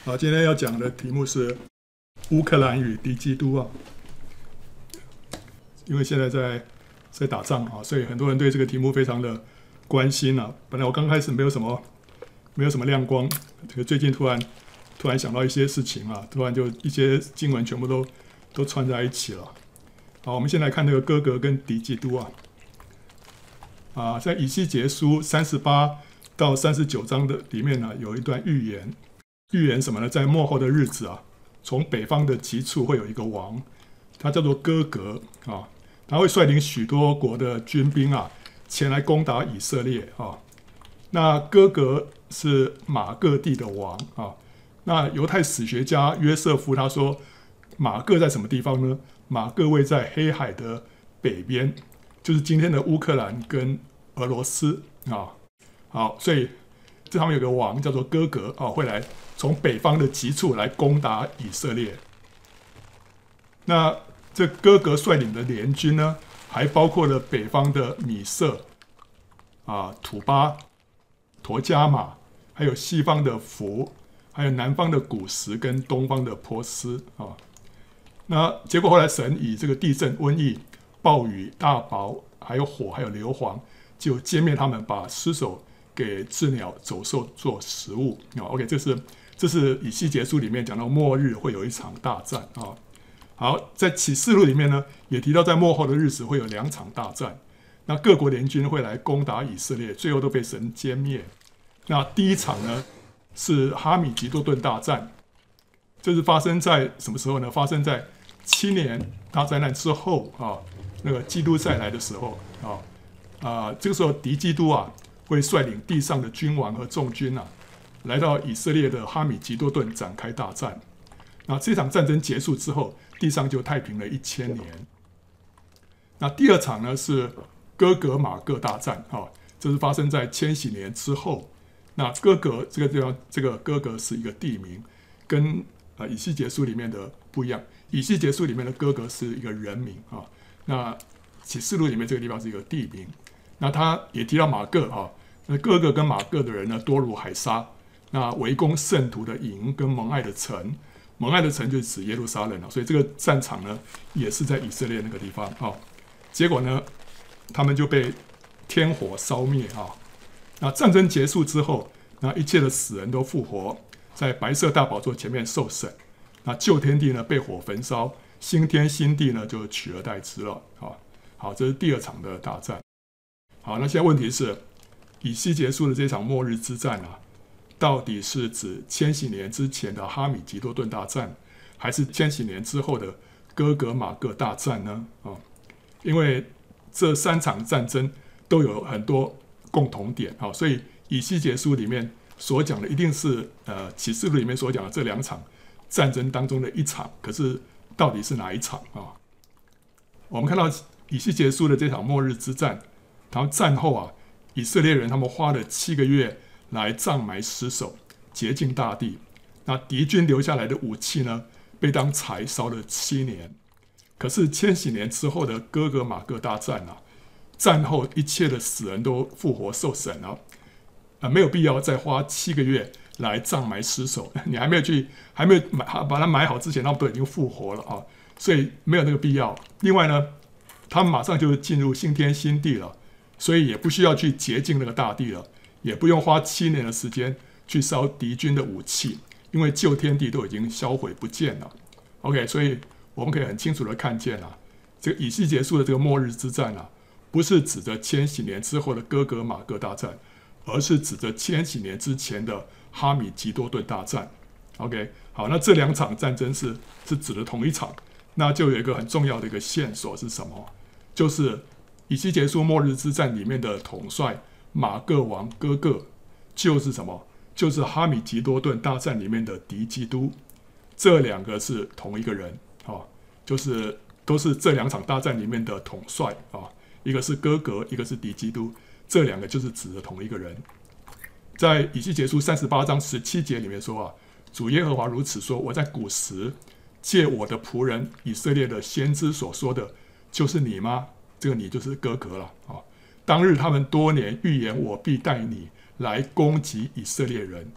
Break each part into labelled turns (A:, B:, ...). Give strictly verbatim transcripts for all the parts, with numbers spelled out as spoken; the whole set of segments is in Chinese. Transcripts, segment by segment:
A: 好，今天要讲的题目是乌克兰与敌基督啊，因为现在在在打仗啊，所以很多人对这个题目非常的关心啊。本来我刚开始没有什么没有什么亮光，这个最近突然突然想到一些事情啊，突然就一些经文全部都都串在一起了。好，我们先来看这个哥格跟敌基督啊。啊，在以西结书三十八到三十九章的里面呢，有一段预言。预言什么呢？在末后的日子啊，从北方的极处会有一个王，他叫做哥格啊，他会率领许多国的军兵啊，前来攻打以色列啊。那哥格是马各地的王啊。那犹太史学家约瑟夫他说，马各在什么地方呢？马各位在黑海的北边，就是今天的乌克兰跟俄罗斯啊。好，所以这他们有个王叫做哥格啊，会来从北方的极处来攻打以色列。那这哥格率领的联军呢，还包括了北方的米色啊、土巴、陀加马，还有西方的弗，还有南方的古实跟东方的波斯啊。那结果后来神以这个地震、瘟疫、暴雨、大雹，还有火，还有硫磺，就歼灭他们，把尸首给鸷鸟、走兽做食物啊。OK， 这是这是以西结书里面讲到末日会有一场大战啊。好，在启示录里面呢，也提到在末后的日子会有两场大战。那各国联军会来攻打以色列，最后都被神歼灭。那第一场呢是哈米吉多顿大战，这是发生在什么时候呢？发生在七年大灾难之后啊，那个基督再来的时候啊啊，这个时候敌基督啊会率领地上的君王和众军啊，来到以色列的哈米吉多顿展开大战。那这场战争结束之后，地上就太平了一千年。那第二场呢是哥格马各大战啊，这是发生在千禧年之后。那哥格这个地方，这个哥格是一个地名，跟呃以西结书里面的不一样。以西结书里面的哥格是一个人名啊，那启示录里面这个地方是一个地名。那他也提到马各啊，那哥格跟马各的人呢多如海沙，那围攻圣徒的营跟蒙爱的城，蒙爱的城就是指耶路撒冷啊，所以这个战场呢也是在以色列那个地方啊。结果呢，他们就被天火烧灭啊。那战争结束之后，那一切的死人都复活，在白色大宝座前面受审。那旧天地呢被火焚烧，新天新地呢就取而代之了啊。好，这是第二场的大战。好，那现在问题是，以西结书的这场末日之战啊，到底是指千禧年之前的哈米吉多顿大战，还是千禧年之后的哥格马各大战呢？啊，因为这三场战争都有很多共同点啊，所以以西结书里面所讲的一定是呃启示录里面所讲的这两场战争当中的一场，可是到底是哪一场啊？我们看到以西结书的这场末日之战，然后战后啊，以色列人他们花了七个月来葬埋尸首，洁净大地。那敌军留下来的武器呢，被当柴烧了七年。可是千禧年之后的哥格马各大战啊，战后一切的死人都复活受审了，啊，没有必要再花七个月来葬埋尸首。你还没有去，还没有买把它埋好之前，他们都已经复活了啊，所以没有那个必要。另外呢，他们马上就进入新天新地了，所以也不需要去洁净那个大地了，也不用花七年的时间去烧敌军的武器，因为旧天地都已经销毁不见了。OK， 所以我们可以很清楚的看见啊，这个以西结书的这个末日之战啊，不是指着千禧年之后的哥格马各大战，而是指着千禧年之前的哈米吉多顿大战。OK， 好，那这两场战争是是指的同一场，那就有一个很重要的一个线索是什么？就是以西结书末日之战里面的统帅马各王哥格，就是什么？就是哈米吉多顿大战里面的敌基督。这两个是同一个人啊，就是都是这两场大战里面的统帅啊。一个是哥格，一个是敌基督，这两个就是指的同一个人。在以西结书三十八章十七节里面说啊，主耶和华如此说：我在古时借我的仆人以色列的先知所说的，就是你吗？这个你就是哥格了啊。当日他们多年预言我必带你来攻击以色列人。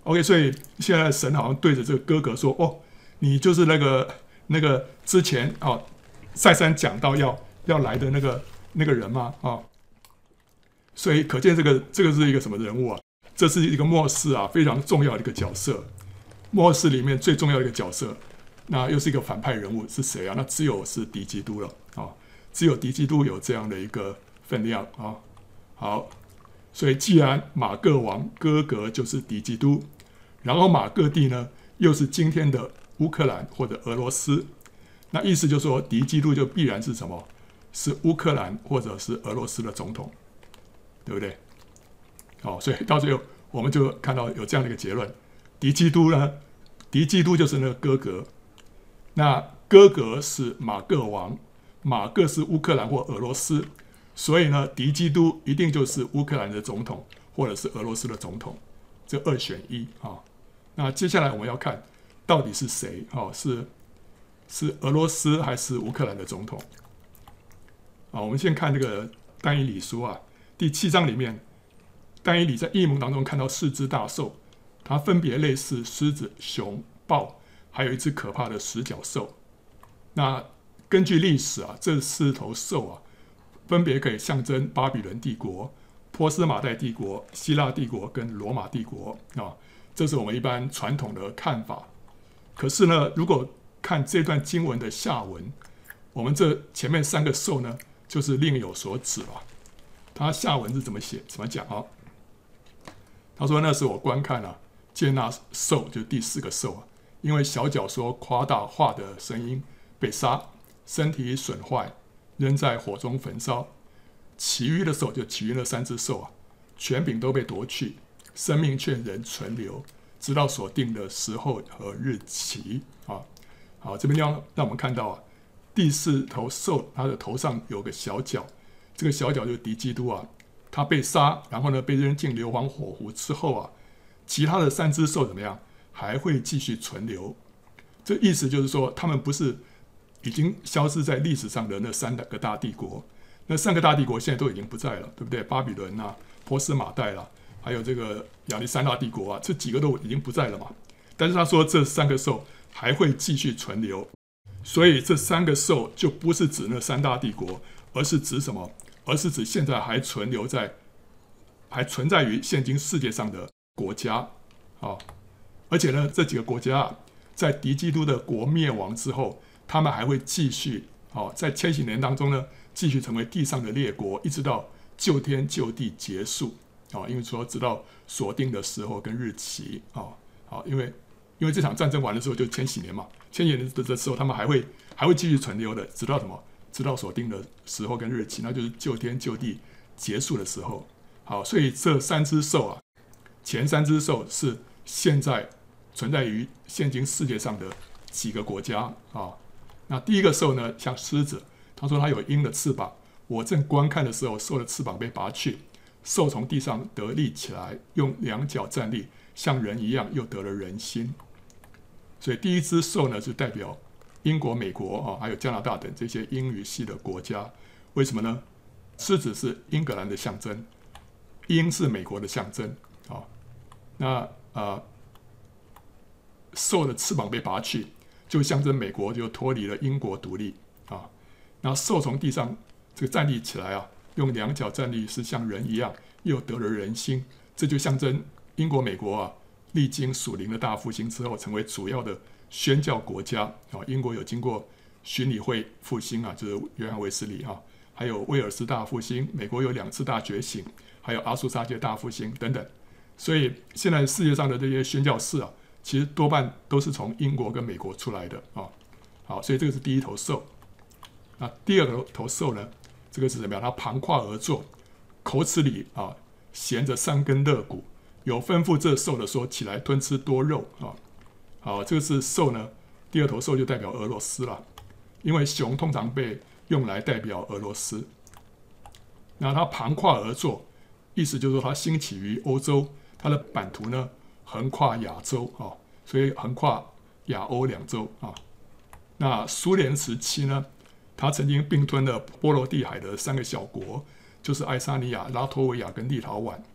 A: OK， 所以现在神好像对着这个哥哥说：“哦，你就是那个那个之前哦再三讲到要要来的那个那个人嘛啊。”所以可见这个这个是一个什么人物啊？这是一个末世啊非常重要的一个角色。末世里面最重要的一个角色，那又是一个反派人物是谁啊？那只有是敌基督了啊！只有敌基督有这样的一个分量啊。好，所以既然马各王哥哥就是敌基督，然后马各地呢又是今天的乌克兰或者俄罗斯，那意思就是说敌基督就必然是什么？是乌克兰或者是俄罗斯的总统，对不对？好，所以到最后我们就看到有这样的一个结论：敌基督呢，敌基督就是那个哥哥，那哥哥是马各王，马各是乌克兰或俄罗斯，所以呢，敌基督一定就是乌克兰的总统或者是俄罗斯的总统，这二选一啊。那接下来我们要看到底是谁啊？是是俄罗斯还是乌克兰的总统？啊，我们先看这个但以理书啊，第七章里面，但以理在异梦当中看到四只大兽，它分别类似狮子、熊、豹，还有一只可怕的十角兽。那根据历史啊，这四头兽啊，分别可以象征巴比伦帝国、波斯马代帝国、希腊帝国跟罗马帝国啊，这是我们一般传统的看法。可是呢，如果看这段经文的下文，我们这前面三个兽呢，就是另有所指了。他下文是怎么写、怎么讲啊？他说：“那时我观看啊，见那兽，就是第四个兽啊，因为小角说夸大话的声音被杀，身体损坏，扔在火中焚烧。其余的兽，就其余的三只兽啊，权柄都被夺去，生命却仍存留，直到所定的时候和日期啊。好，这边地方让我们看到啊，第四头兽它的头上有个小角，这个小角就是敌基督啊。”他被杀，然后呢被扔进硫磺火湖之后啊，其他的三只兽怎么样？还会继续存留。这意思就是说，他们不是已经消失在历史上的那三个大帝国，那三个大帝国现在都已经不在了，对不对？巴比伦啊、波斯马代啦，还有这个亚历山大帝国啊，这几个都已经不在了嘛。但是他说这三个兽还会继续存留，所以这三个兽就不是指那三大帝国，而是指什么？而是指现在还存留在、还存在于现今世界上的国家，啊，而且呢，这几个国家啊，在敌基督的国灭亡之后，他们还会继续，啊，在千禧年当中呢，继续成为地上的列国，一直到旧天旧地结束，啊，因为说直到锁定的时候跟日期，啊，好，因为因为这场战争完的时候就千禧年嘛，千禧年的时候他们还会还会继续存留的，直到什么？直到锁定的时候跟日期，那就是旧天旧地结束的时候。好，所以这三只兽啊，前三只兽是现在存在于现今世界上的几个国家啊。那第一个兽呢，像狮子，他说它有鹰的翅膀。我正观看的时候，兽的翅膀被拔去，兽从地上得立起来，用两脚站立，像人一样，又得了人心。所以第一只兽呢，就代表英国、美国啊，还有加拿大等这些英语系的国家，为什么呢？狮子是英格兰的象征，鹰是美国的象征啊。那呃，兽的翅膀被拔去，就象征美国就脱离了英国独立啊。那兽从地上这个站立起来啊，用两脚站立，是像人一样，又得了人心，这就象征英国、美国啊，历经属灵的大复兴之后，成为主要的宣教国家啊。英国有经过巡礼会复兴啊，就是约翰卫斯理啊，还有威尔斯大复兴，美国有两次大觉醒，还有阿苏沙街大复兴等等。所以现在世界上的这些宣教士啊，其实多半都是从英国跟美国出来的啊。好，所以这个是第一头兽。那第二个头兽呢，这个是怎么样？它盘跨而坐，口齿里啊衔着三根肋骨，有吩咐这兽的说：起来吞吃多肉啊。好，这个是兽呢，第二头兽就代表俄罗斯了，因为熊通常被用来代表俄罗斯。那它盘跨而坐，意思就是说它兴起于欧洲，它的版图呢横跨亚洲啊，所以横跨亚欧两洲啊。那苏联时期呢，它曾经并吞了波罗的海的三个小国，就是爱沙尼亚、拉脱维亚跟立陶宛。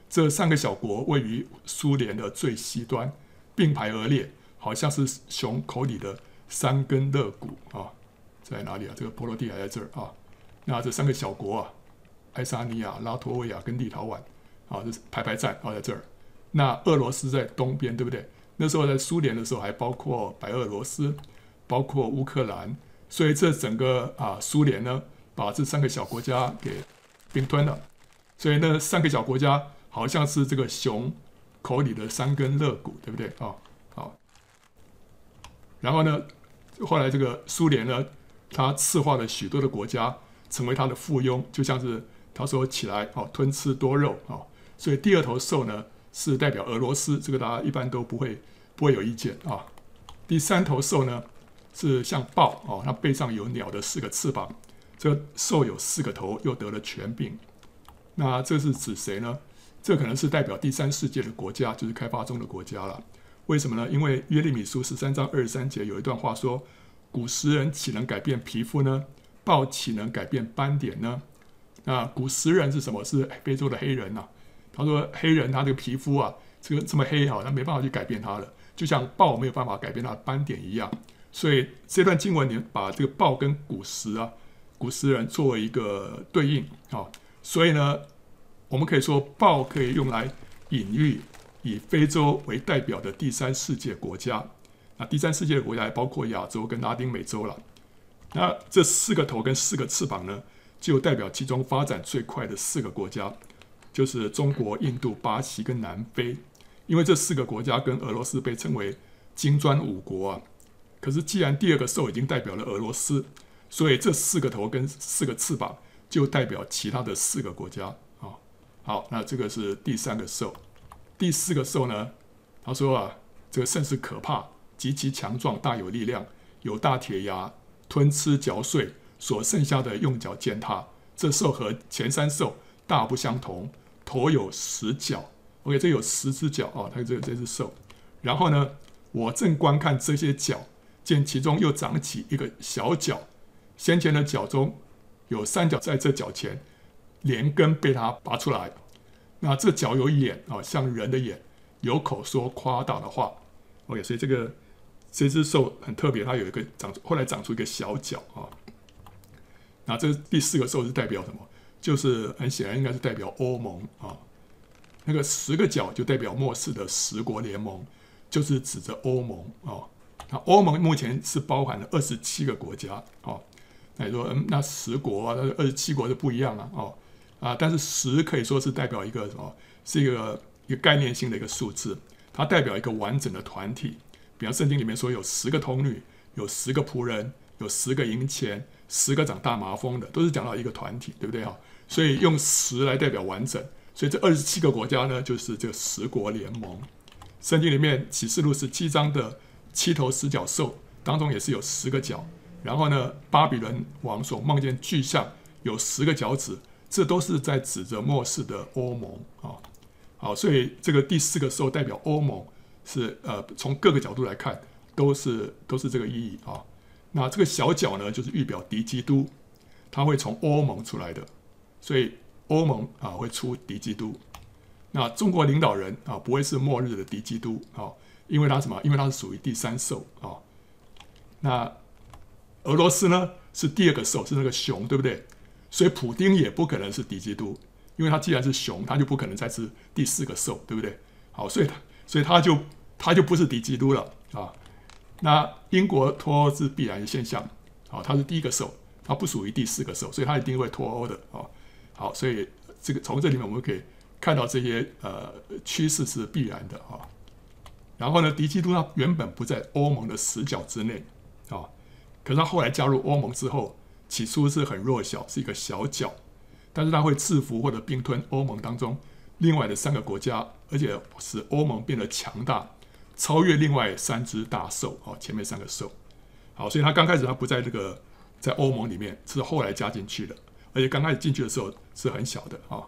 A: 这三个小国位于苏联的最西端，并排而列，好像是熊口里的三根肋骨啊，在哪里啊？这个波罗的海在这儿啊。那这三个小国啊，爱沙尼亚、拉脱维亚跟立陶宛啊，这是排排站啊，在这儿。那俄罗斯在东边，对不对？那时候在苏联的时候，还包括白俄罗斯，包括乌克兰，所以这整个啊苏联呢，把这三个小国家给并吞了。所以那三个小国家好像是这个熊口里的三根肋骨，对不对啊？好，然后呢，后来这个苏联呢，他赐化了许多的国家成为他的附庸，就像是他说起来哦，吞吃多肉啊。所以第二头兽呢是代表俄罗斯，这个大家一般都不会不会有意见啊。第三头兽呢是像豹哦，它背上有鸟的四个翅膀，这个兽有四个头，又得了权柄。那这是指谁呢？这可能是代表第三世界的国家，就是开发中的国家了。为什么呢？因为约利米书十三章二十三节有一段话说：“古时人岂能改变皮肤呢？豹岂能改变斑点呢？”那古时人是什么？是非洲的黑人啊。他说黑人他这个皮肤啊，这个这么黑啊，他没办法去改变它了，就像豹没有办法改变它的斑点一样。所以这段经文你把这个豹跟古时啊、古时人作为一个对应啊，所以呢，我们可以说豹可以用来隐喻以非洲为代表的第三世界国家。那第三世界的国家也包括亚洲跟拉丁美洲了。那这四个头跟四个翅膀呢，就代表其中发展最快的四个国家，就是中国、印度、巴西跟南非。因为这四个国家跟俄罗斯被称为金砖五国啊。可是既然第二个兽已经代表了俄罗斯，所以这四个头跟四个翅膀就代表其他的四个国家啊。好，那这个是第三个兽。第四个兽呢，他说啊，这个甚是可怕，极其强壮，大有力量，有大铁牙，吞吃嚼碎，所剩下的用脚践踏。这兽和前三兽大不相同，头有十角。OK， 这有十只脚啊，它这这只兽。然后呢，我正观看这些角，见其中又长起一个小角，先前的角中有三角在这角前，连根被它拔出来。那这角有眼啊，像人的眼，有口说夸大的话。OK， 所以这个这只兽很特别，它有一个长，后来长出一个小角啊。那这第四个兽是代表什么？就是很显然应该是代表欧盟啊。那个十个角就代表末世的十国联盟，就是指着欧盟啊。那欧盟目前是包含了二十七个国家啊。那你说，嗯，那十国啊，那二十七国是不一样啊，哦啊，但是十可以说是代表一个什么？是一个一个概念性的一个数字，它代表一个完整的团体。比方圣经里面说有十个童女，有十个仆人，有十个银钱，十个长大麻风的，都是讲到一个团体，对不对啊？所以用十来代表完整。所以这二十七个国家呢，就是这个十国联盟。圣经里面启示录十七章的七头十角兽当中也是有十个角。然后呢，巴比伦王所梦见巨象有十个脚趾，这都是在指着末世的欧盟啊。好，所以这个第四个兽代表欧盟，是呃从各个角度来看都是都是这个意义啊。那这个小角呢，就是预表敌基督，它会从欧盟出来的，所以欧盟啊会出敌基督。那中国领导人啊不会是末日的敌基督啊，因为他什么？因为他是属于第三兽啊。那俄罗斯呢是第二个兽，是那个熊，对不对？所以普丁也不可能是敌基督，因为他既然是熊，他就不可能再是第四个兽，对不对？好，所以他所以他就他就不是敌基督了啊。那英国脱欧是必然的现象，好，他是第一个兽，他不属于第四个兽，所以他一定会脱欧的啊。好，所以这个从这里面我们可以看到这些呃趋势是必然的啊。然后呢，敌基督他原本不在欧盟的十角之内啊，可是他后来加入欧盟之后，起初是很弱小，是一个小角，但是他会制服或者并吞欧盟当中另外的三个国家，而且使欧盟变得强大，超越另外三只大兽啊，前面三个兽。好，所以他刚开始他不在这个在欧盟里面，是后来加进去的，而且刚开始进去的时候是很小的啊。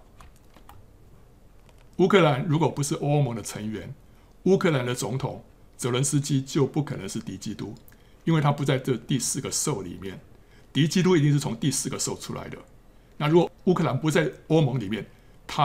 A: 乌克兰如果不是欧盟的成员，乌克兰的总统泽伦斯基就不可能是敌基督，因为他不在这第四个兽里面。敌基督一定是从第四个兽出来的。那如果乌克兰不在欧盟里面，他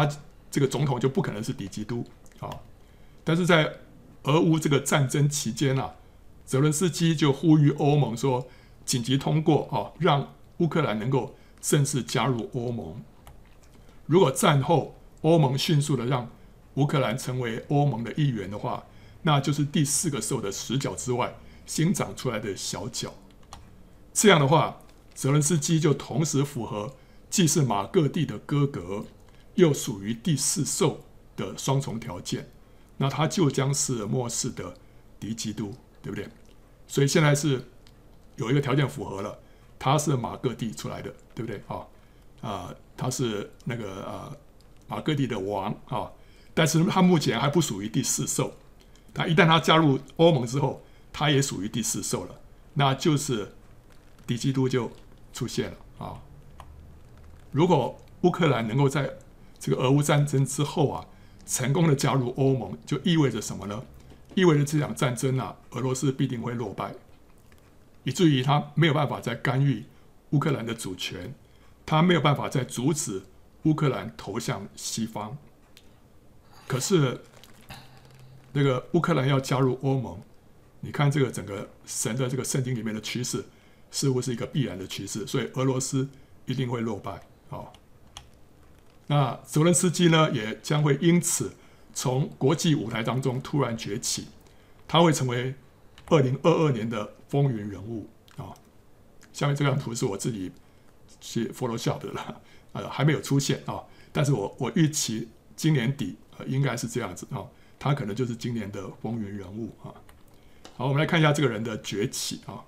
A: 这个总统就不可能是敌基督啊。但是在俄乌这个战争期间啊，泽伦斯基就呼吁欧盟说，紧急通过啊，让乌克兰能够正式加入欧盟。如果战后欧盟迅速的让乌克兰成为欧盟的一员的话，那就是第四个兽的死角之外新长出来的小角。这样的话，泽伦斯基就同时符合既是马各地的哥格，又属于第四兽的双重条件，那他就将是末世的敌基督，对不对？所以现在是有一个条件符合了，他是马各地出来的，对不对啊？啊，他是那个呃马各地的王啊，但是他目前还不属于第四兽。他一旦他加入欧盟之后，他也属于第四兽了，那就是敌基督就出现了啊。如果乌克兰能够在这个俄乌战争之后啊，成功的加入欧盟，就意味着什么呢？意味着这场战争啊，俄罗斯必定会落败，以至于他没有办法再干预乌克兰的主权，他没有办法再阻止乌克兰投向西方。可是那个乌克兰要加入欧盟，你看这个整个神的这个圣经里面的趋势，似乎是一个必然的趋势，所以俄罗斯一定会落败。哦，那泽伦斯基呢，也将会因此从国际舞台当中突然崛起，他会成为二零二二年的风云人物啊。下面这张图是我自己是 Photoshop 的了，呃，还没有出现啊，但是我我预期今年底、呃、应该是这样子啊。他可能就是今年的风云人物啊。好，我们来看一下这个人的崛起啊。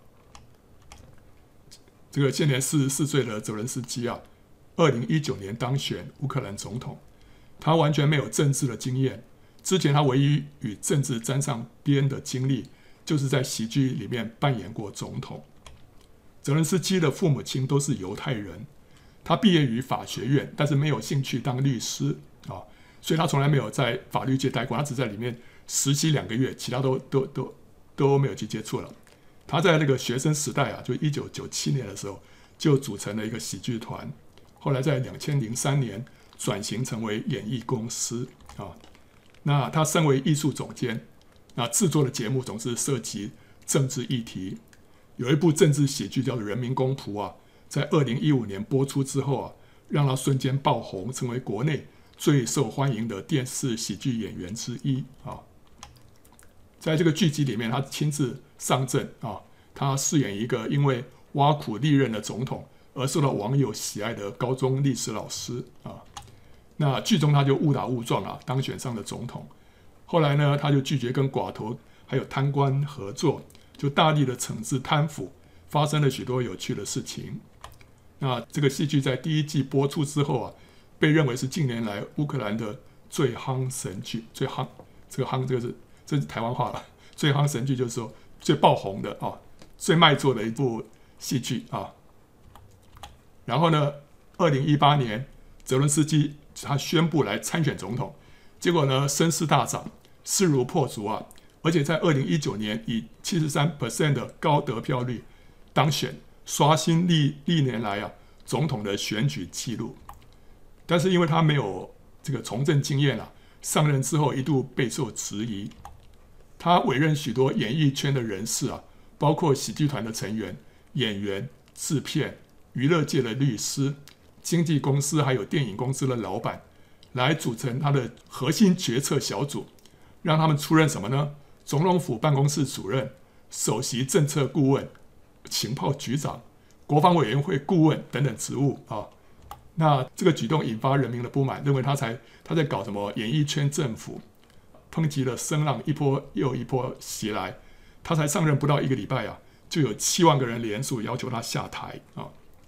A: 这个现年四十四岁的泽伦斯基啊，二零一九年当选乌克兰总统。他完全没有政治的经验，之前他唯一与政治沾上边的经历，就是在喜剧里面扮演过总统。泽伦斯基的父母亲都是犹太人，他毕业于法学院，但是没有兴趣当律师啊。所以他从来没有在法律界待过，他只在里面实习两个月，其他都都都都没有去接触了。他在那个学生时代啊，就一九九七年的时候，就组成了一个喜剧团，后来在两千零三年转型成为演艺公司啊。那他身为艺术总监，那制作的节目总是涉及政治议题。有一部政治喜剧叫做《人民公仆》啊，在二零一五年播出之后啊，让他瞬间爆红，成为国内最受欢迎的电视喜剧演员之一啊。在这个剧集里面，他亲自上阵啊，他饰演一个因为挖苦历任的总统而受到网友喜爱的高中历史老师啊。那剧中他就误打误撞啊，当选上了总统。后来呢，他就拒绝跟寡头还有贪官合作，就大力的惩治贪腐，发生了许多有趣的事情。那这个戏剧在第一季播出之后啊，被认为是近年来乌克兰的最夯神剧，最夯这个夯这个是这是台湾话了，最夯神剧就是说最爆红的啊，最卖座的一部戏剧啊。然后呢，二零一八年泽伦斯基他宣布来参选总统，结果呢声势大涨，势如破竹啊，而且在二零一九年以 百分之七十三 的高得票率当选，刷新历历年来啊总统的选举记录。但是因为他没有这个从政经验啊，上任之后一度备受质疑。他委任许多演艺圈的人士啊，包括喜剧团的成员、演员、制片、娱乐界的律师、经纪公司还有电影公司的老板，来组成他的核心决策小组，让他们出任什么呢？总统府办公室主任、首席政策顾问、情报局长、国防委员会顾问等等职务啊。那这个举动引发人民的不满，认为他才他在搞什么演艺圈政府，抨击的声浪一波又一波袭来。他才上任不到一个礼拜啊，就有七万个人联署要求他下台啊。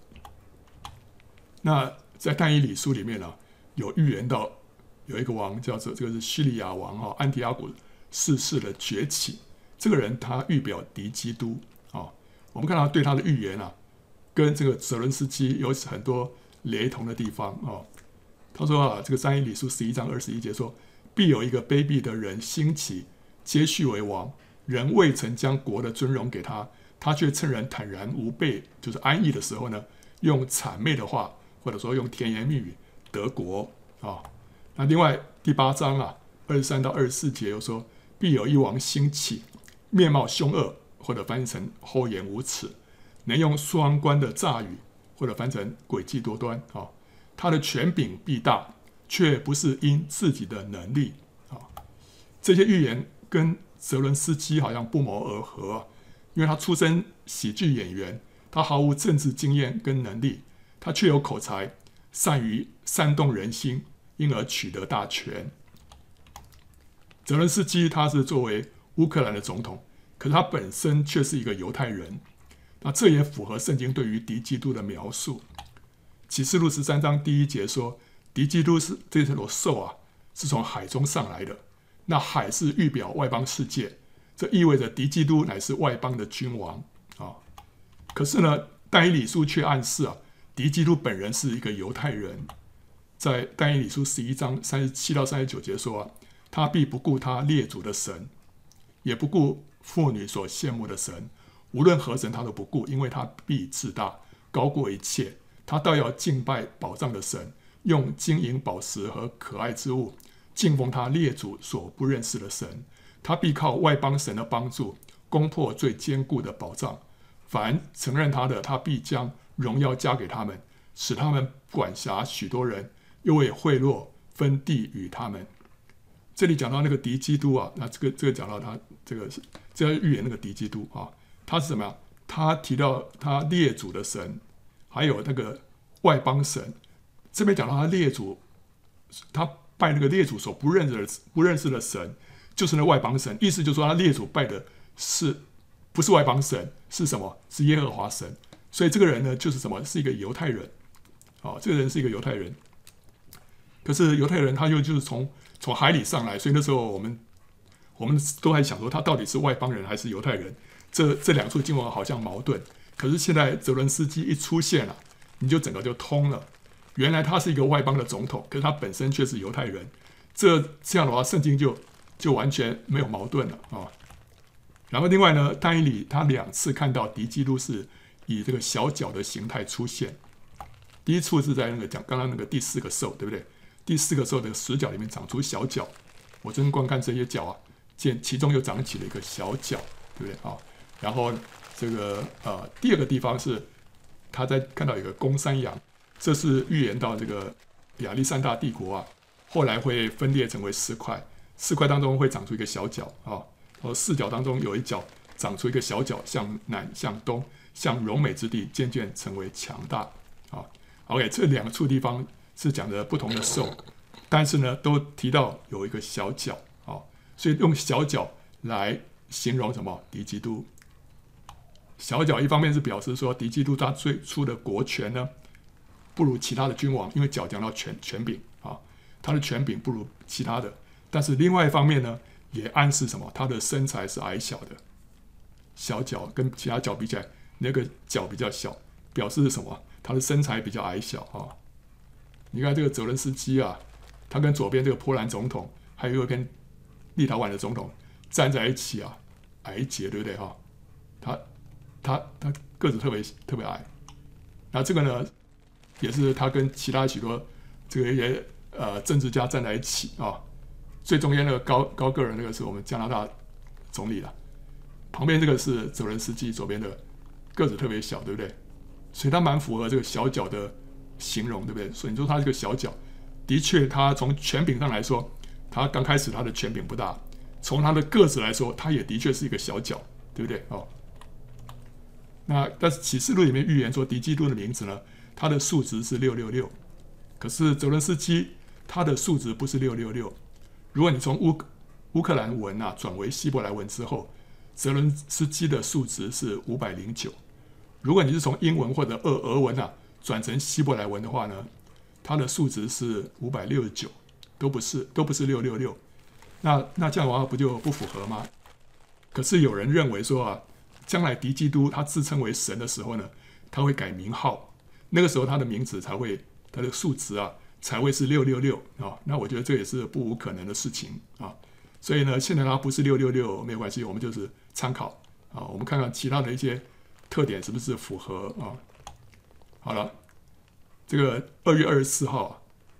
A: 那在但以理书里面呢、啊，有预言到有一个王叫做这个是叙利亚王啊，安提阿古四世的崛起。这个人他预表敌基督啊。我们看到对他的预言啊，跟这个泽伦斯基有很多雷同的地方啊。他说啊，这个但以理书十一章二十一节说，必有一个卑鄙的人兴起，接续为王，人未曾将国的尊荣给他，他却趁人坦然无备，就是安逸的时候呢，用谄媚的话，或者说用甜言蜜语得国啊。 那另外第八章啊，二十三到二十四节又说，必有一王兴起，面貌凶恶，或者翻译成厚颜无耻，能用双关的诈语，或者翻成诡计多端啊。他的权柄必大，却不是因自己的能力啊。这些预言跟泽伦斯基好像不谋而合啊，因为他出身喜剧演员，他毫无政治经验跟能力，他却有口才，善于煽动人心，因而取得大权。泽伦斯基他是作为乌克兰的总统，可是他本身却是一个犹太人，那这也符合圣经对于敌基督的描述。启示录十三章第一节说，敌基督是这条兽啊，是从海中上来的。那海是预表外邦世界，这意味着敌基督乃是外邦的君王啊。可是呢，但以理书却暗示啊，敌基督本人是一个犹太人。在但以理书十一章三十七到三十九节说啊，他必不顾他列祖的神，也不顾妇女所羡慕的神，无论何神他都不顾，因为他必自大，高过一切。他倒要敬拜宝藏的神，用金银宝石和可爱之物敬奉他列祖所不认识的神。他必靠外邦神的帮助，攻破最坚固的宝藏。凡承认他的，他必将荣耀加给他们，使他们管辖许多人，又为贿赂分地与他们。这里讲到那个敌基督啊，那这个这个讲到他这个是这要预言那个敌基督啊，他是什么样？他提到他列祖的神，还有那个外邦神。这边讲到他列祖，他拜那个列祖所不认识的不认识的神，就是那外邦神。意思就是说，他列祖拜的是不是外邦神？是什么？是耶和华神。所以这个人呢，就是什么？是一个犹太人。哦，这个人是一个犹太人。可是犹太人他又就是从从海里上来，所以那时候我们我们都还想说，他到底是外邦人还是犹太人？这这两处经文好像矛盾。可是现在泽伦斯基一出现了、啊，你就整个就通了。原来他是一个外邦的总统，可是他本身却是犹太人。这这样的话，圣经就就完全没有矛盾了啊。然后另外呢，但以理他两次看到敌基督是以这个小角的形态出现。第一处是在那个讲刚刚那个第四个兽，对不对？第四个兽的十角里面长出小角，我真观看这些角啊，见其中又长起了一个小角，对不对啊？然后这个呃第二个地方是他在看到一个公山羊，这是预言到这个亚历山大帝国啊，后来会分裂成为四块，四块当中会长出一个小角啊，然后四角当中有一角长出一个小角，向南向东，向荣美之地渐渐成为强大啊。OK， 这两处地方是讲的不同的兽，但是呢，都提到有一个小角啊，所以用小角来形容什么？敌基督。小角一方面是表示说，敌基督他最初的国权呢，不如其他的君王，因为角讲到权权柄啊，他的权柄不如其他的。但是另外一方面呢，也暗示什么？他的身材是矮小的，小角跟其他角比起来，那个角比较小，表示什么？他的身材比较矮小啊。你看这个泽伦斯基啊，他跟左边这个波兰总统，还有一个跟立陶宛的总统站在一起啊，矮一截，对不对哈？他他他个子特别特别矮，那这个呢，也是他跟其他许多这个一些呃政治家站在一起啊。最中间那个高高个人那个是我们加拿大总理了，旁边这个是泽伦斯基，左边的个子特别小，对不对？所以他蛮符合这个小角的形容，对不对？所以你说他这个小角，的确他从权柄上来说，他刚开始他的权柄不大；从他的个子来说，他也的确是一个小角，对不对？哦。那但是启示录里面预言说，敌基督的名字呢，他的数值是六六六，可是泽伦斯基他的数值不是六六六。如果你从乌乌克兰文啊转为希伯来文之后，泽伦斯基的数值是五百零九。如果你是从英文或者俄俄文啊转成希伯来文的话呢，它的数值是五百六十九，都不是都不是六六六。那那这样的话不就不符合吗？可是有人认为说啊，将来敌基督他自称为神的时候呢，他会改名号，那个时候他的名字才会，他的数值啊才会是六六六啊。那我觉得这也是不无可能的事情啊。所以呢，现在它不是六六六没有关系，我们就是参考啊，我们看看其他的一些特点是不是符合啊。好了，这个二月二十四号，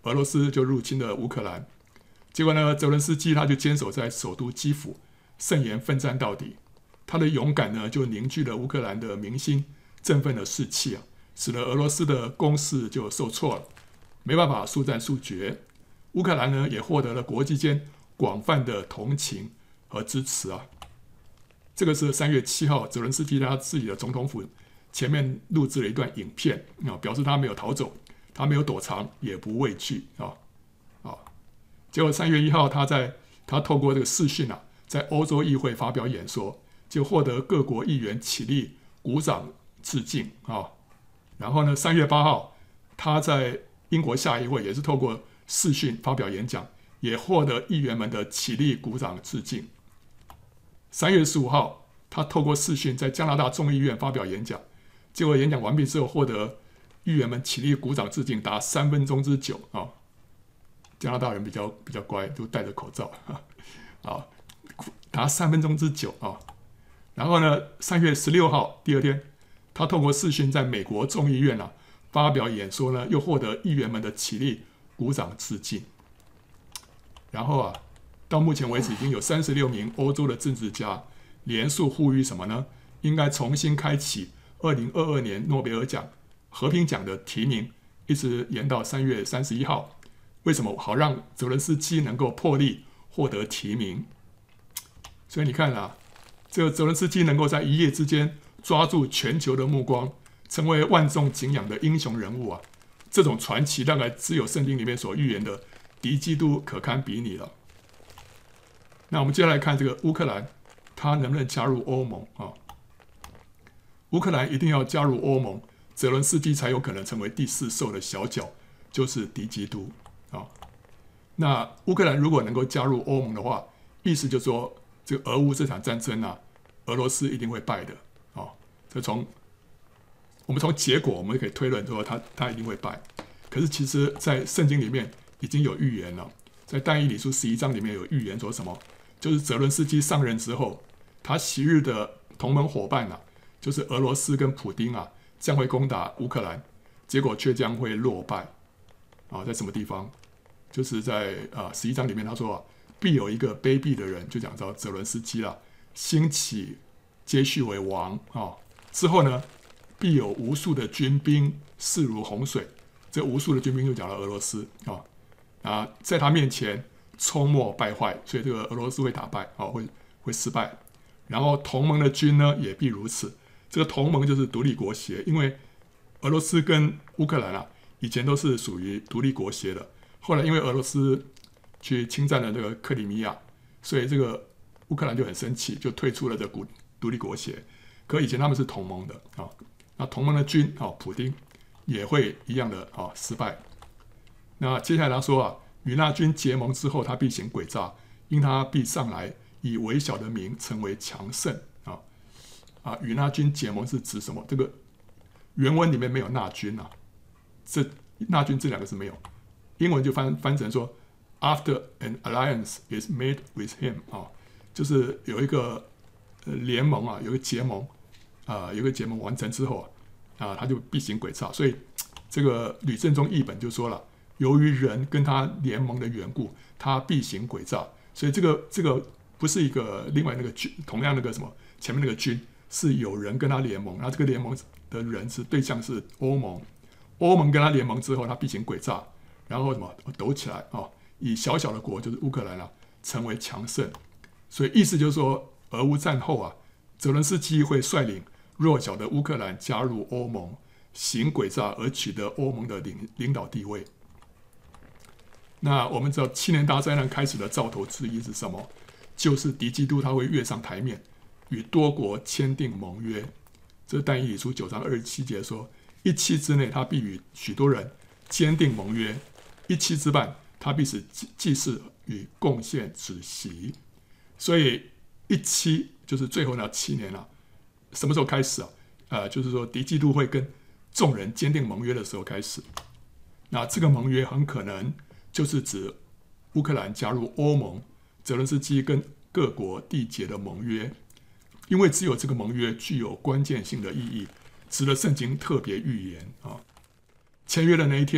A: 俄罗斯就入侵了乌克兰。结果呢，泽伦斯基他就坚守在首都基辅，圣言奋战到底。他的勇敢呢，就凝聚了乌克兰的民心，振奋了士气啊，使得俄罗斯的攻势就受挫了，没办法速战速决。乌克兰呢，也获得了国际间广泛的同情和支持啊。这个是三月七号，泽伦斯基他自己的总统府前面录制了一段影片啊，表示他没有逃走，他没有躲藏，也不畏惧啊啊。结果三月一号，他在他透过这个视讯啊，在欧洲议会发表演说。就获得各国议员起立鼓掌致敬啊，然后呢，三月八号，他在英国下议会也是透过视讯发表演讲，也获得议员们的起立鼓掌致敬。三月十五号，他透过视讯在加拿大众议院发表演讲，结果演讲完毕之后，获得议员们起立鼓掌致敬达三分钟之久啊。加拿大人比较比较乖，都戴着口罩啊，达三分钟之久啊。然后呢，三月十六号第二天，他透过视讯在美国众议院啊发表演说呢，又获得议员们的起立鼓掌致敬。然后啊，到目前为止已经有三十六名欧洲的政治家联署呼吁什么呢？应该重新开启二零二二年诺贝尔奖和平奖的提名，一直延到三月三十一号。为什么？好让泽伦斯基能够破例获得提名。所以你看啊。这个泽伦斯基能够在一夜之间抓住全球的目光，成为万众敬仰的英雄人物啊！这种传奇大概只有圣经里面所预言的敌基督可堪比拟了。那我们接下来看这个乌克兰，他能不能加入欧盟啊？乌克兰一定要加入欧盟，泽伦斯基才有可能成为第四兽的小角，就是敌基督啊。那乌克兰如果能够加入欧盟的话，意思就是说，这个俄乌这场战争啊，俄罗斯一定会败的啊、哦！这从我们从结果我们可以推论说他他一定会败。可是其实，在圣经里面已经有预言了，在但以理书十一章里面有预言说什么？就是泽伦斯基上任之后，他昔日的同盟伙伴啊，就是俄罗斯跟普丁啊，将会攻打乌克兰，结果却将会落败啊、哦！在什么地方？就是在啊十一章里面他说啊。必有一个卑鄙的人，就讲到泽伦斯基了，兴起接续为王啊、哦。之后呢，必有无数的军兵势如洪水，这无数的军兵就讲到俄罗斯啊、哦、啊，在他面前冲没败坏，所以这个俄罗斯会打败啊、哦，会会失败。然后同盟的军呢，也必如此。这个同盟就是独立国协，因为俄罗斯跟乌克兰啊，以前都是属于独立国协的，后来因为俄罗斯去侵占了这个克里米亚，所以这个乌克兰就很生气，就退出了这个独立国协。可以前他们是同盟的啊，那同盟的军啊，普丁也会一样的啊失败。那接下来他说啊，与那军结盟之后，他必行诡诈，因他必上来以微小的名成为强盛啊啊！与那军结盟是指什么？这个原文里面没有那军啊，这那军这两个是没有，英文就翻翻成说。After an alliance is made with him 啊，就是有一个联盟啊，有一个结盟啊，有一个结盟完成之后啊，啊他就必行诡诈。所以这个吕正中译本就说了，由于人跟他联盟的缘故，他必行诡诈。所以这个这个不是一个另外那个军，同样那个什么前面那个军是有人跟他联盟，然后这个联盟的人是对象是欧盟，欧盟跟他联盟之后，他必行诡诈，然后什么抖起来啊。以小小的国就是乌克兰啊，成为强盛，所以意思就是说，俄乌战后啊，泽伦斯基会率领弱小的乌克兰加入欧盟，行诡诈而取得欧盟的领领导地位。那我们知道七年大灾难开始的兆头之一是什么？就是敌基督他会跃上台面，与多国签订盟约。这但以理书九章二十七节说，一期之内他必与许多人签订盟约，一期之半。他必使祭司与贡献止息，所以一期就是最后那七年了、啊。什么时候开始啊？呃，就是说敌基督会跟众人坚定盟约的时候开始。那这个盟约很可能就是指乌克兰加入欧盟，泽伦斯基跟各国缔结的盟约，因为只有这个盟约具有关键性的意义，值得圣经特别预言啊。签约的那一天，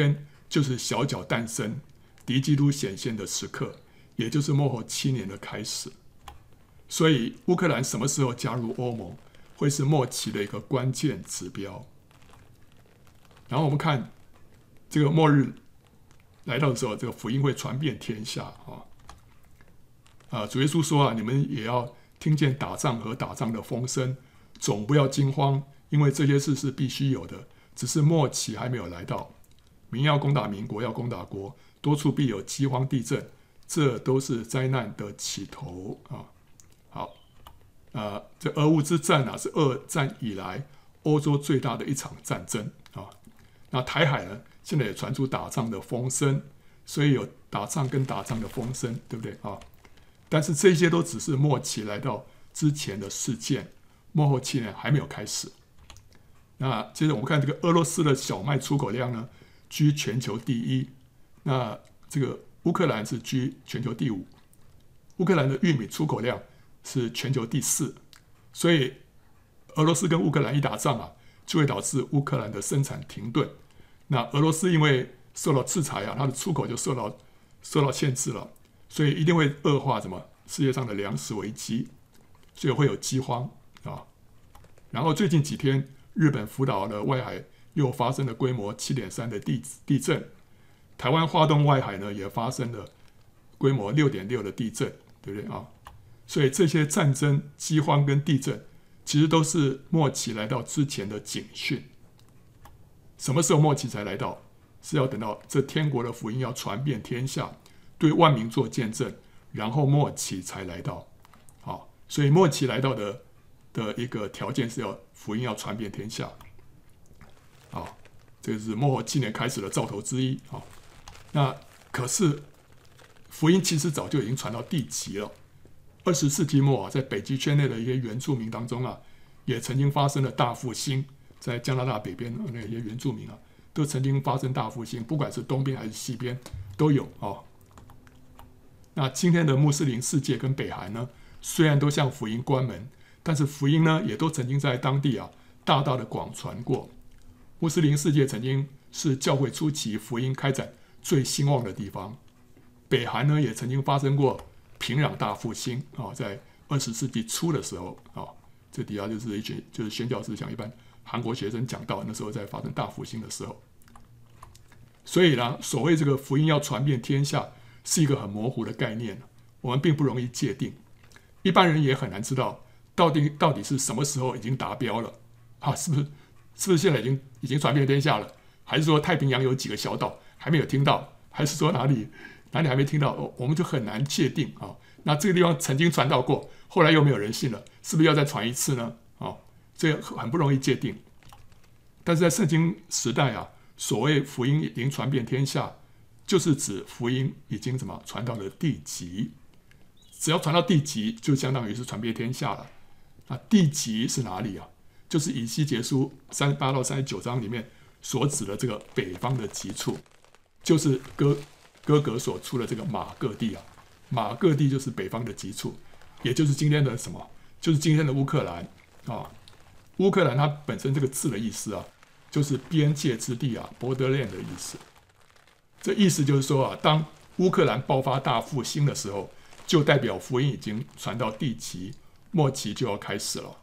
A: 就是小角诞生、敌基督显现的时刻，也就是末后七年的开始。所以乌克兰什么时候加入欧盟，会是末期的一个关键指标。然后我们看这个末日来到的时候，这个福音会传遍天下啊！啊，主耶稣说啊，你们也要听见打仗和打仗的风声，总不要惊慌，因为这些事是必须有的，只是末期还没有来到。民要攻打民，国要攻打国，多处必有饥荒、地震，这都是灾难的起头啊！好，呃，这俄乌之战啊，是二战以来欧洲最大的一场战争啊。那台海呢，现在也传出打仗的风声，所以有打仗跟打仗的风声，对不对啊？但是这些都只是末期来到之前的事件，末后期呢还没有开始。那接着我们看这个俄罗斯的小麦出口量呢，居全球第一。那这个乌克兰是居全球第五，乌克兰的玉米出口量是全球第四。所以俄罗斯跟乌克兰一打仗啊，就会导致乌克兰的生产停顿。那俄罗斯因为受到制裁啊，它的出口就受到受到限制了，所以一定会恶化什么世界上的粮食危机，所以会有饥荒啊。然后最近几天，日本福岛的外海又发生了规模 七点三 的地地震，台湾花东外海呢也发生了规模 六点六 的地震，对不对啊？所以这些战争、饥荒跟地震，其实都是末期来到之前的警讯。什么时候末期才来到？是要等到这天国的福音要传遍天下，对万民做见证，然后末期才来到。好，所以末期来到的的一个条件是要福音要传遍天下。好，这个是末后七年开始的兆头之一。好，那可是福音其实早就已经传到地极了。二十世纪末啊，在北极圈内的一些原住民当中啊，也曾经发生了大复兴。在加拿大北边的那些原住民啊，都曾经发生大复兴，不管是东边还是西边都有哦。那今天的穆斯林世界跟北韩呢，虽然都向福音关门，但是福音呢，也都曾经在当地啊大大的广传过。穆斯林世界曾经是教会初期福音开展最兴旺的地方。北韩呢，也曾经发生过平壤大复兴啊，在二十世纪初的时候啊，这底下就是一群就是宣教士像一般。韩国学生讲到那时候在发生大复兴的时候，所以呢，所谓这个福音要传遍天下，是一个很模糊的概念，我们并不容易界定，一般人也很难知道到底到底是什么时候已经达标了啊？是不是是不是现在已经已经传遍天下了？还是说太平洋有几个小岛还没有听到？还是说哪里哪里还没听到？我们就很难界定啊。那这个地方曾经传到过，后来又没有人信了，是不是要再传一次呢？啊？这很不容易界定，但是在圣经时代啊，所谓福音已经传遍天下，就是指福音已经怎么传到了地极。只要传到地极，就相当于是传遍天下了。那地极是哪里啊？就是以西结书三十八到三十九章里面所指的这个北方的极处，就是哥哥格所出的这个马各地啊。马各地就是北方的极处，也就是今天的什么？就是今天的乌克兰啊。乌克兰它本身这个字的意思啊，就是边界之地啊 ，borderland 的意思。这意思就是说啊，当乌克兰爆发大复兴的时候，就代表福音已经传到地极，末期就要开始了。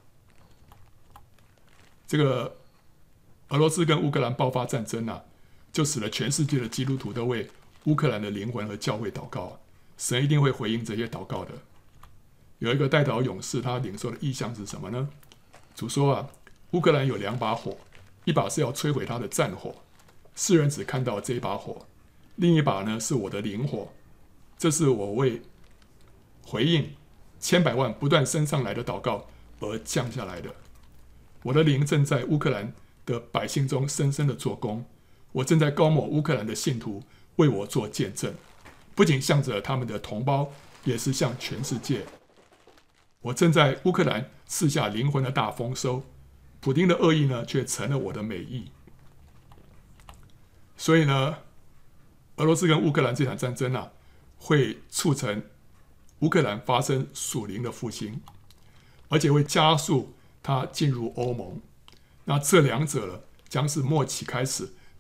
A: 这个俄罗斯跟乌克兰爆发战争啊，就使得全世界的基督徒都为乌克兰的灵魂和教会祷告，神一定会回应这些祷告的。有一个代祷勇士，他领受的意象是什么呢？主说啊，乌克兰有两把火，一把是要摧毁他的战火，世人只看到这一把火；另一把呢是我的灵火，这是我为回应千百万不断升上来的祷告而降下来的。我的灵正在乌克兰的百姓中深深的做工，我正在高抹乌克兰的信徒为我做见证，不仅向着他们的同胞，也是向全世界。我正在乌克兰赐下灵魂的大丰收，普丁的恶意呢，却成了我的美意。所以呢，俄罗斯跟乌克兰这场战争啊，会促成乌克兰发生属灵的复兴，而且会加速它进入欧盟。那这两者呢，将是末期开始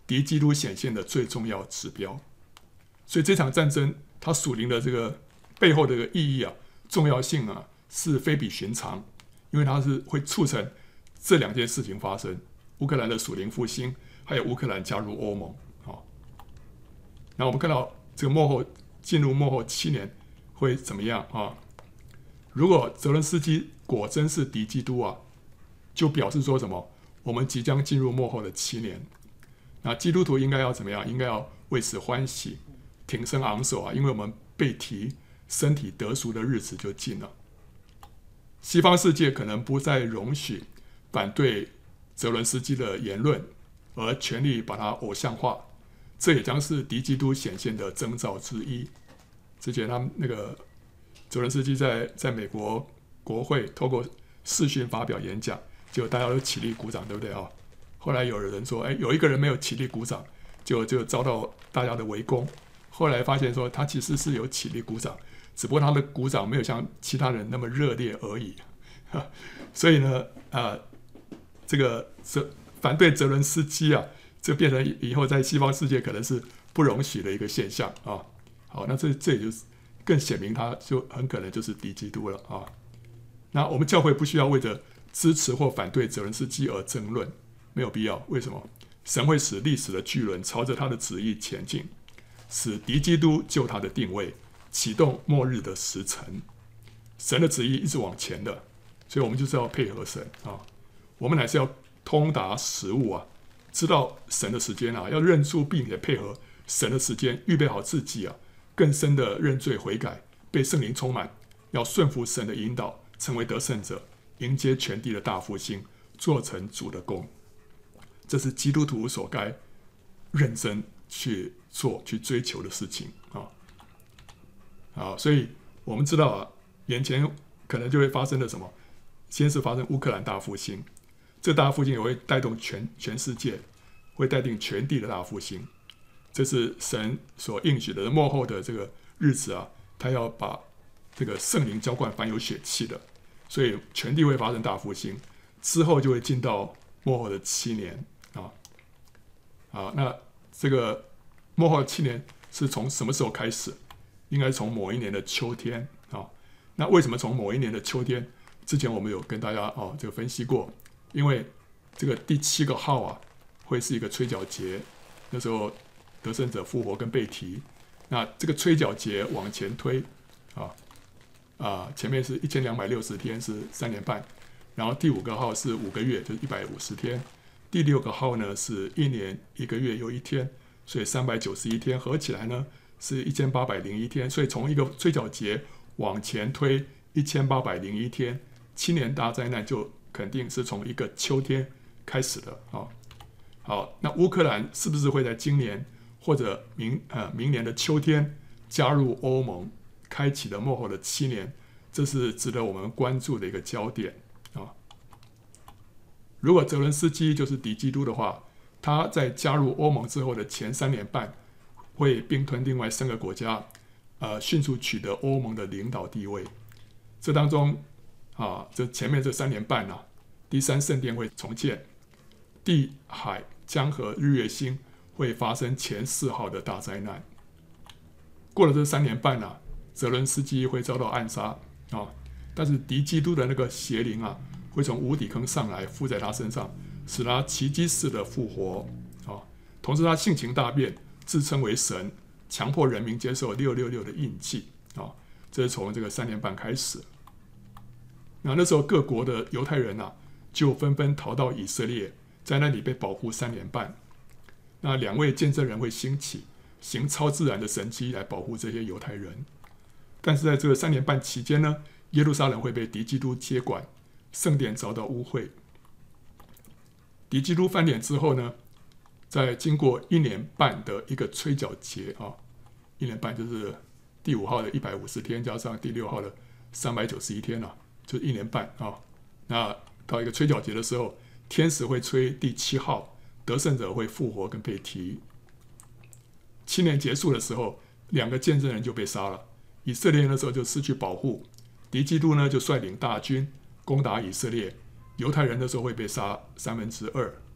A: 敌基督显现的最重要指标。所以这场战争它属灵的这个背后的这个意义啊、重要性啊，是非比寻常，因为它是会促成这两件事情发生：乌克兰的属灵复兴，还有乌克兰加入欧盟。哦，那我们看到这个末后进入末后七年会怎么样啊？如果泽伦斯基果真是敌基督啊，就表示说什么？我们即将进入末后的七年。那基督徒应该要怎么样？应该要为此欢喜，挺身昂首啊！因为我们被提身体得赎的日子就近了。西方世界可能不再容许反对泽伦斯基的言论，而全力把他偶像化，这也将是敌基督显现的征兆之一。之前他们那个泽伦斯基在在美国国会透过视讯发表演讲，结果大家都起立鼓掌，对不对啊？后来有人说，哎，有一个人没有起立鼓掌，就就遭到大家的围攻。后来发现说，他其实是有起立鼓掌，只不过他的鼓掌没有像其他人那么热烈而已。所以呢，呃，这个泽反对泽伦斯基啊，这变成以后在西方世界可能是不容许的一个现象啊。好，那这这也就是更显明他就很可能就是敌基督了啊。那我们教会不需要为着支持或反对泽伦斯基而争论，没有必要。为什么？神会使历史的巨轮朝着他的旨意前进，使敌基督就他的定位，启动末日的时辰。神的旨意一直往前的，所以我们就是要配合神啊。我们乃是要通达时务啊，知道神的时间啊，要认出并且配合神的时间，预备好自己啊，更深的认罪悔改，被圣灵充满，要顺服神的引导，成为得胜者，迎接全地的大复兴，做成主的工。这是基督徒所该认真去做、去追求的事情啊！啊，所以我们知道啊，眼前可能就会发生的什么？先是发生乌克兰大复兴，这大复兴也会带动全全世界，会带动全地的大复兴。这是神所应许的末后的这个日子啊，他要把这个圣灵浇灌凡有血气的，所以全地会发生大复兴，之后就会进到末后的七年啊。啊，那这个末后的七年是从什么时候开始？应该从某一年的秋天啊。那为什么从某一年的秋天？之前我们有跟大家哦这个分析过，因为这个第七个号啊，会是一个吹角节，那时候得胜者复活跟被提。那这个吹角节往前推啊啊，前面是一千两百六十天，是三年半，然后第五个号是五个月，就是一百五十天。第六个号呢是一年一个月又一天，所以三百九十一天，合起来呢是一千八百零一天。所以从一个吹角节往前推一千八百零一天，七年大灾难就肯定是从一个秋天开始的啊。好，那乌克兰是不是会在今年或者明呃明年的秋天加入欧盟，开启了末后的七年？这是值得我们关注的一个焦点啊。如果泽伦斯基就是敌基督的话，他在加入欧盟之后的前三年半，会并吞另外三个国家，呃，迅速取得欧盟的领导地位。这当中啊，这前面这三年半啊，第三圣殿会重建，地海江河日月星会发生前四号的大灾难。过了这三年半啊，泽伦斯基会遭到暗杀啊，但是敌基督的那个邪灵啊，会从无底坑上来附在他身上，使他奇迹式的复活啊。同时他性情大变，自称为神，强迫人民接受六六六的印记啊。这是从这个三年半开始。那那时候各国的犹太人啊，就纷纷逃到以色列，在那里被保护三年半。那两位见证人会兴起，行超自然的神迹来保护这些犹太人。但是在这个三年半期间呢，耶路撒冷会被敌基督接管，圣殿遭到污秽。敌基督翻脸之后呢，在经过一年半的一个吹角节啊，一年半就是第五号的一百五十天，加上第六号的三百九十一天啊，就是一年半啊。那到一个吹角节的时候，天使会吹第七号，得胜者会复活跟被提。七年结束的时候，两个见证人就被杀了，以色列那时候就失去保护，敌基督呢就率领大军攻打以色列，犹太人那时候会被杀三分之二。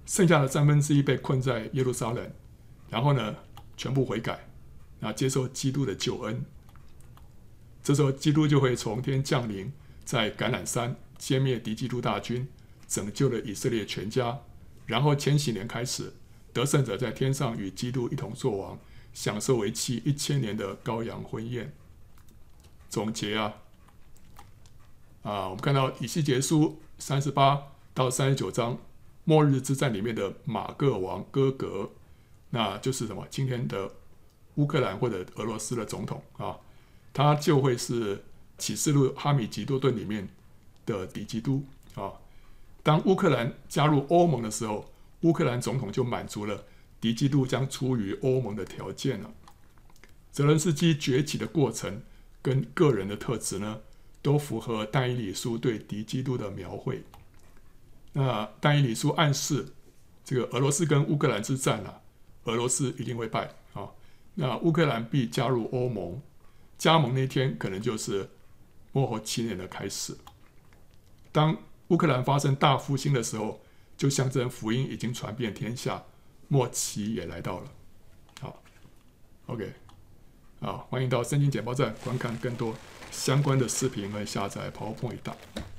A: 剩下的三分之一被困在耶路撒冷，然后呢，全部悔改，那接受基督的救恩。这时候，基督就会从天降临，在橄榄山歼灭敌基督大军，拯救了以色列全家。然后千禧年开始，得胜者在天上与基督一同作王，享受为期一千年的羔羊婚宴。总结啊，啊，我们看到以西结书三十八到三十九章末日之战里面的马各王哥格，那就是什么？今天的乌克兰或者俄罗斯的总统啊。他就会是启示录哈米吉多顿里面的敌基督啊。当乌克兰加入欧盟的时候，乌克兰总统就满足了敌基督将出于欧盟的条件了。泽伦斯基崛起的过程跟个人的特质呢，都符合但以理书对敌基督的描绘。那但以理书暗示，这个俄罗斯跟乌克兰之战啊，俄罗斯一定会败啊。那乌克兰必加入欧盟。加盟那天可能就是末后七年的开始。当乌克兰发生大复兴的时候，就象征福音已经传遍天下，末期也来到了。好 ，OK， 好，欢迎到圣经简报站观看更多相关的视频和下载 PowerPoint 档。